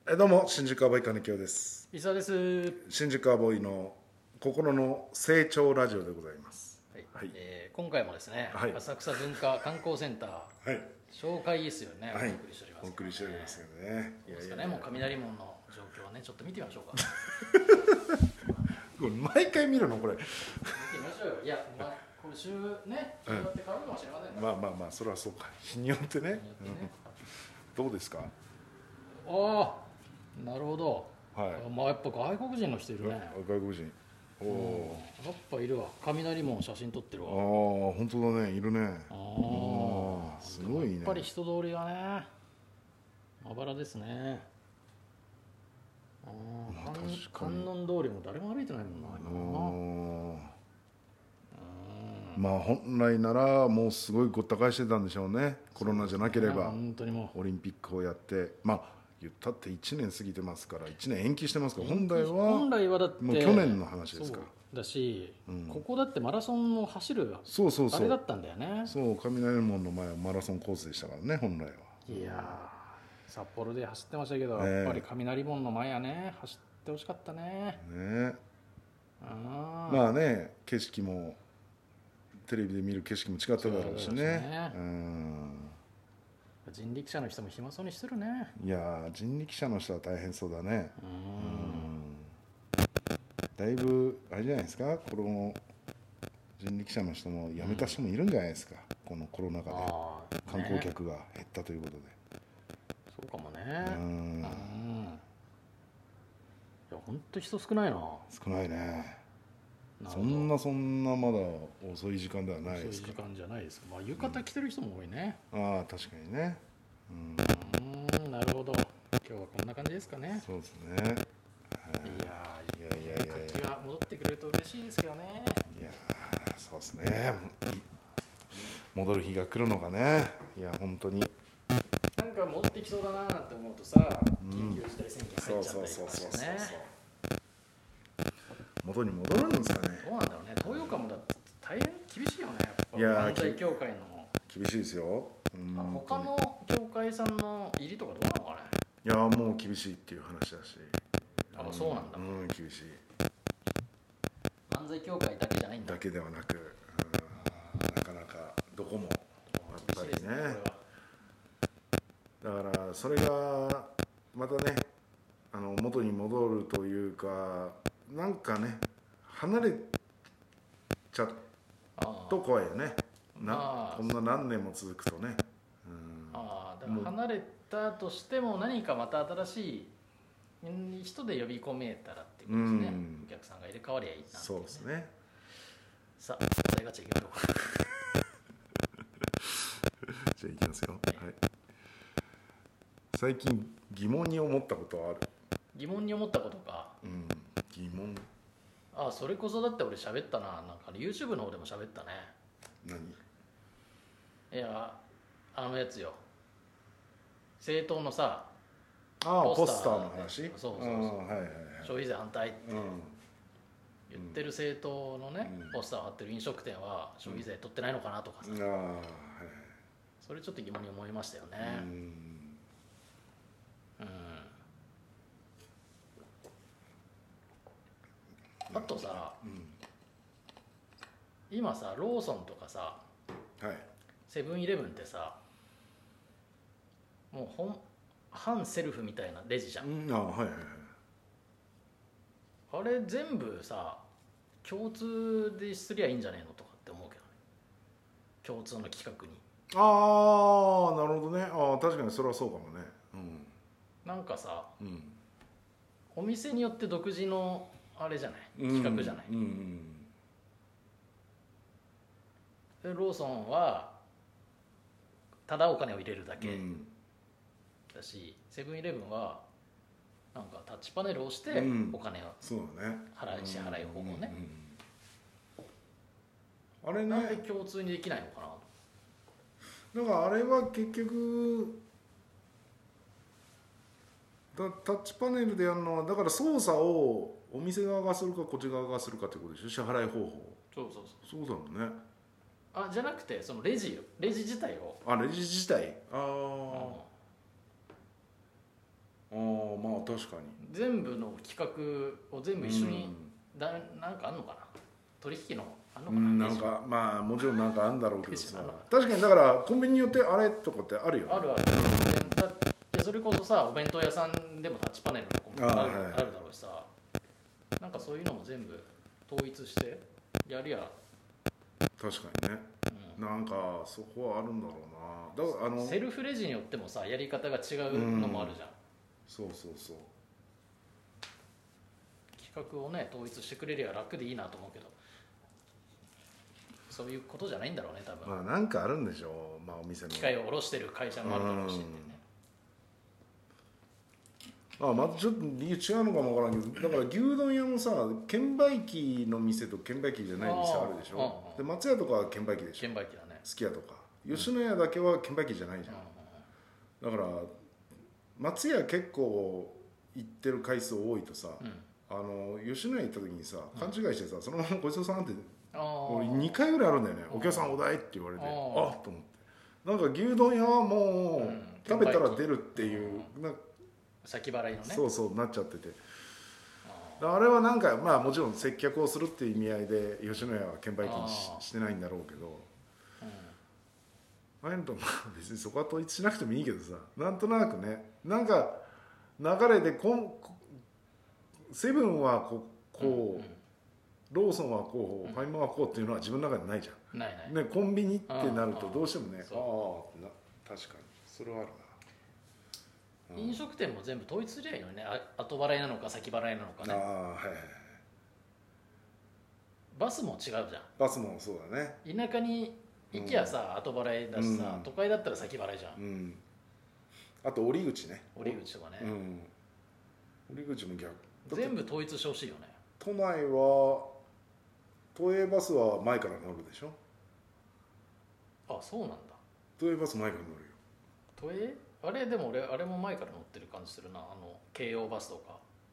どうも新宿アボーイ金城です。 伊沢です。 新宿アボーイの心の成長ラジオでございます。 はい、 はい、 今回もですね、 はい、 浅草文化観光センター、 はい、 紹介ですよね、 はい、 お送りしております、 お送りしておりますよね。 どうですかね、もう雷門の状況をね、ちょっと見てみましょうか。 これ毎回見るのこれ。 見てみましょうよ。いや、まあ、これ週ね、日によって変わるかもしれませんから。 まあそれはそうか。日によってね。どうですか。 ああ、なるほど。 はい。 まあやっぱ外国人の人いるね。 外国人。おお。 やっぱいるわ。雷門写真撮ってるわ。 ああ、本当だね、いるね。ああ、すごいね。 やっぱり人通りがね、まばらですね。観音通りも誰も歩いてないもんな。 まあ本来ならもうすごいごった返してたんでしょうね。コロナじゃなければ本当にもオリンピックをやって、まあ言ったって1年過ぎてますから、1年延期してますから、本来はだってもう去年の話ですから。 だし、ここだってマラソンを走るそうあれだったんだよね。 そう雷門の前はマラソンコースでしたからね、本来は。 いや札幌で走ってましたけど、やっぱり雷門の前はね走ってほしかったね。 まあね、景色もテレビで見る景色も違っただろうしね。 人力車の人も暇そうにしてるね。 いや人力車の人は大変そうだね。だいぶあれじゃないですか、この人力車の人も辞めた人もいるんじゃないですか、このコロナ禍で観光客が減ったということで。 そうかもね。いや本当人少ないな。 少ないね。そんなまだ遅い時間ではないですか。 遅い時間じゃないですか。まあ浴衣着てる人も多いね。 ああ確かにね。 なるほど。今日はこんな感じですかね。 そうですね。 いや活気が戻ってくれると嬉しいですけどね。 いやそうですね。戻る日が来るのかね。いや本当に。 なんか戻ってきそうだなって思うとさ、緊急事態宣言入っちゃったりとかしてね。 元に戻るんですかね。 どうなんだろうね。東洋館もだって大変厳しいよね。やっぱ漫才協会の厳しいですよ。 他の協会さんの入りとかどうなのかね。 いやもう厳しいっていう話だし。 そうなんだ。 厳しい。 漫才協会だけじゃないんだ。 だけではなく、なかなかどこもやっぱりね。だからそれがまたね、元に戻るというか、なんかね離れちゃうと怖いよね。こんな何年も続くとね。 だから離れたとしても何かまた新しい人で呼び込めたらっていうことですね。お客さんが入れ替わりゃいいなって、ね。 そうですね。 さあ答えガチャいきましょうか。 じゃあいきますよ。はい。最近疑問に思ったことはある？ 疑問に思ったことか。 疑問。 それこそだって俺喋ったな。なんか YouTube の方でも喋ったね。 何？ いややつよ。政党のさ。 ポスターの話。 そう消費税反対って言ってる政党のね、ポスターを貼ってる飲食店は消費税取ってないのかなとかさ。それちょっと疑問に思いましたよね。あとさ、今さローソンとかさ、セブンイレブンってさ、もう反セルフみたいなレジじゃん。あれ全部さ共通ですりゃいいんじゃねえのとかって思うけどね。共通の企画に。 なるほどね。確かにそれはそうかもね。 なんかさ、お店によって独自のあれじゃない、企画じゃない。でローソンはただお金を入れるだけだし、セブンイレブンはなんかタッチパネルを押してお金を支払い方法ね。あれね、なんで共通にできないのかな。 だからあれは結局タッチパネルでやるのは、だから操作をお店側がするかこっち側がするかってことでしょ、支払い方法。そうだもんね。 じゃなくてそのレジ自体を。 レジ自体。まあ確かに全部の企画を全部一緒に、なんかあんのかな、取引のあんのかな、 なんかまあもちろんなんかあんだろうけどさ確かにだからコンビニによってあれとかってあるよね。 あるある、それこそさお弁当屋さんでもタッチパネルのコンビニあるだろうしさ、なんかそういうのも全部統一してやりゃ確かにね、なんかそこはあるんだろうな。だからセルフレジによってもさやり方が違うのもあるじゃん、 そうそうそう、 企画をね統一してくれりゃ楽でいいなと思うけど、そういうことじゃないんだろうね多分。 まあなんかあるんでしょう、まあお店の機械を下ろしてる会社もあるだろうしってね。 またちょっと理由違うのかもわからんけど、だから牛丼屋もさ券売機の店と券売機じゃない店あるでしょ。で松屋とかは券売機でしょ。 券売機だね。 すき家とか吉野家だけは券売機じゃないじゃん、だから松屋結構行ってる回数多いとさ、吉野家行った時にさ勘違いしてさ、そのままごちそうさんって俺2回ぐらいあるんだよね。お客さんお代って言われて、あっと思って、なんか牛丼屋はもう食べたら出るっていうなんか先払いのね、 そうそうなっちゃってて、あれはなんかまあもちろん接客をするっていう意味合いで吉野家は券売機に してないんだろうけど、ああいうのとまあ別にそこは統一しなくてもいいけどさ、なんとなくね、なんか流れでセブンはこう、ローソンはこう、ファミマはこうっていうのは自分の中でないじゃん。 ないない、 ね、コンビニってなるとどうしてもね、確かにそれはあるな。 飲食店も全部統一すりゃいいのにね、後払いなのか先払いなのかね。バスも違うじゃん。 バスもそうだね。 田舎に行きゃさ、後払いだしさ、都会だったら先払いじゃん、 あと降り口ね、 降り口とかね、 降り口も逆、 全部統一してほしいよね。 都内は都営バスは前から乗るでしょ。 あ、そうなんだ。 都営バス前から乗るよ。 都営あれでも俺あれも前から乗ってる感じするな、京葉バスとか。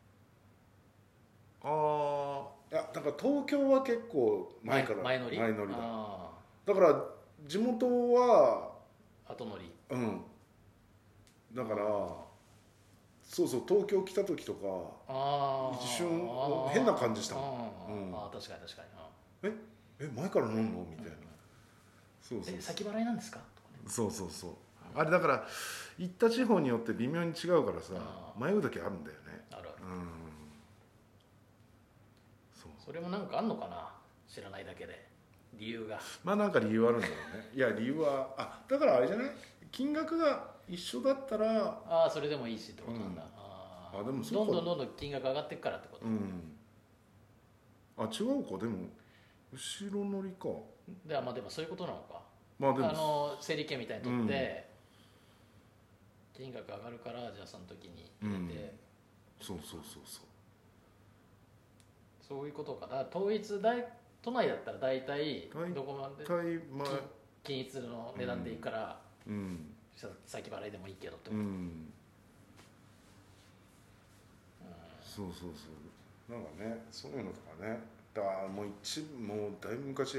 いやだから東京は結構前から前乗りだ。 だから地元は後乗り。 だからそう東京来た時とか一瞬変な感じしたもん。 確かに確かに。 前から乗んのみたいな。 先払いなんですかとかね。 そうあれだから行った地方によって微妙に違うからさ、迷う時あるんだよね。 あるある。それもなんかあんのかな、知らないだけで理由が。まあなんか理由あるんだろうね。いや理由はだからあれじゃない、金額が一緒だったらそれでもいいしってことなんだ。 でもどんどん金額上がっていくからってこと。 違うか、でも後ろ乗りか。 でもそういうことなのか。 でも整理券みたいに取って、金額上がるからじゃあその時に入れて、そういうことか。だから統一都内だったら大体どこまで均一の値段でいいから、先払いでもいいけどってこと。 なんかね、そういうのとかね。だからもうだいぶ昔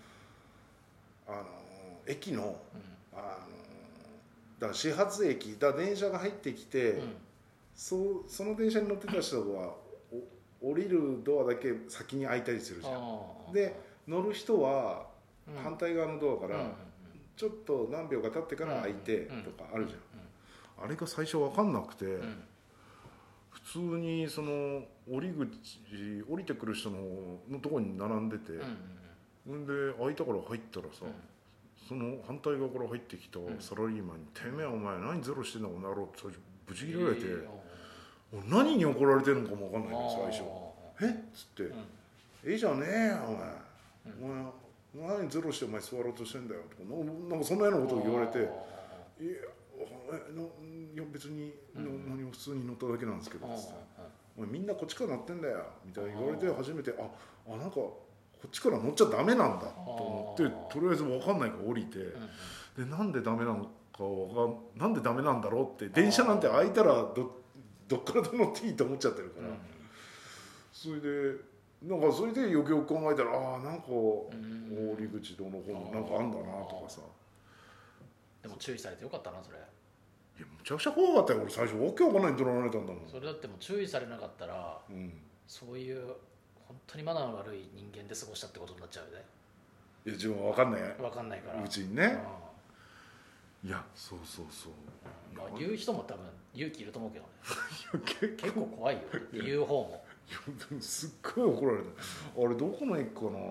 駅の、だから始発駅だ、電車が入ってきて、その電車に乗ってた人は降りるドアだけ先に開いたりするじゃん。で乗る人は反対側のドアからちょっと何秒か経ってから開いてとかあるじゃん。あれが最初分かんなくて、普通にその降りてくる人のところに並んでて、で開いたから入ったらさ、その反対側から入ってきたサラリーマンに「てめえお前何ゼロしてんだこの野郎」って最初ブチ切られて、何に怒られてるのかも分かんないけど最初「えっ?」つって「じゃねえよお前何ゼロしてお前座ろうとしてんだよ」とかなんかそんなようなことを言われて「いや別に何も普通に乗っただけなんですけど」つって「お前みんなこっちから乗ってんだよ」みたいな言われて初めてなんかこっちから乗っちゃダメなんだと思って、とりあえず分かんないから降りて、でなんでダメなのかなんでダメなんだろうって、電車なんて開いたらどっからでも乗っていいと思っちゃってるから、それでよくよく考えたらなんか降り口どの方もなんかあんだなとかさ。 でも注意されてよかったなそれ。 いやむちゃくちゃ怖かったよ俺最初わけわかんないに取られたんだもん。 それだってもう注意されなかったら、 うん、 そういう本当にマナーの悪い人間で過ごしたってことになっちゃうよね。 いや自分は分かんない分かんないからうちにね、いやそうそうそう、 まあ、言う人も多分勇気いると思うけどね。 いや結構怖いよ言う方も。 いやでもすっごい怒られた。あれどこの駅かな、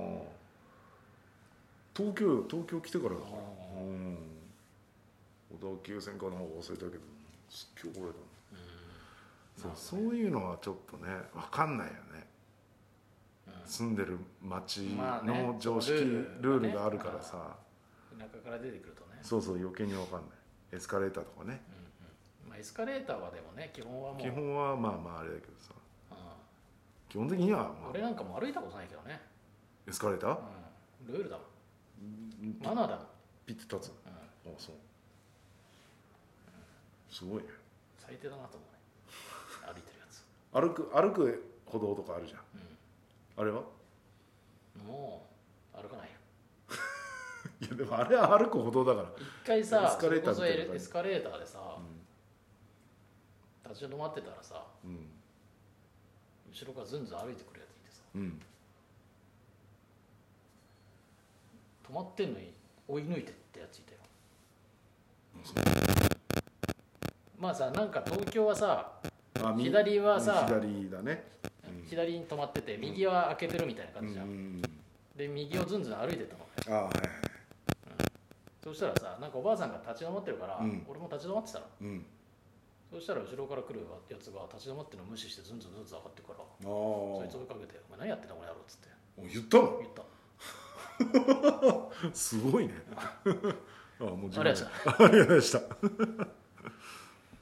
東京来てからだから、小田急線かな忘れたけどすっげえ怒られた。そういうのはちょっとね分かんないよね、住んでる町の常識、ルールがあるからさ、 田舎から出てくるとね、 そう余計に分かんない。エスカレーターとかね、 まあ、エスカレーターはでもね基本はもう基本はまああれだけどさ、基本的には、 俺なんかも歩いたことないけどねエスカレーター、 ルールだもん、マナーだもん。 ピッて立つ、あそう、すごいね。 最低だなと思うね歩いてるやつ。 歩く歩道とかあるじゃん、あれはもう歩かないよ。 いやでもあれは歩く歩道だから。 一回さエスカレーターみたいな感じ、 エスカレーターでさ、立ち止まってたらさ、後ろからずんずん歩いてくるやついてさ、止まってんのに追い抜いてってやついたよ。まあさ、なんか東京はさ、左はさ、 左だね、 左に止まってて右は開けてるみたいな感じじゃん、で右をずんずん歩いてったの。 はいはい、 そしたらさ、なんかおばあさんが立ち止まってるから、俺も立ち止まってたの、そしたら後ろから来るやつが立ち止まってるの無視してずんずん上がってくから、そいつ追いかけて「お前何やってんだこの野郎」っつって。 言ったの？ 言った。 すごいね。もうありがとうございました。 ありがとうございました。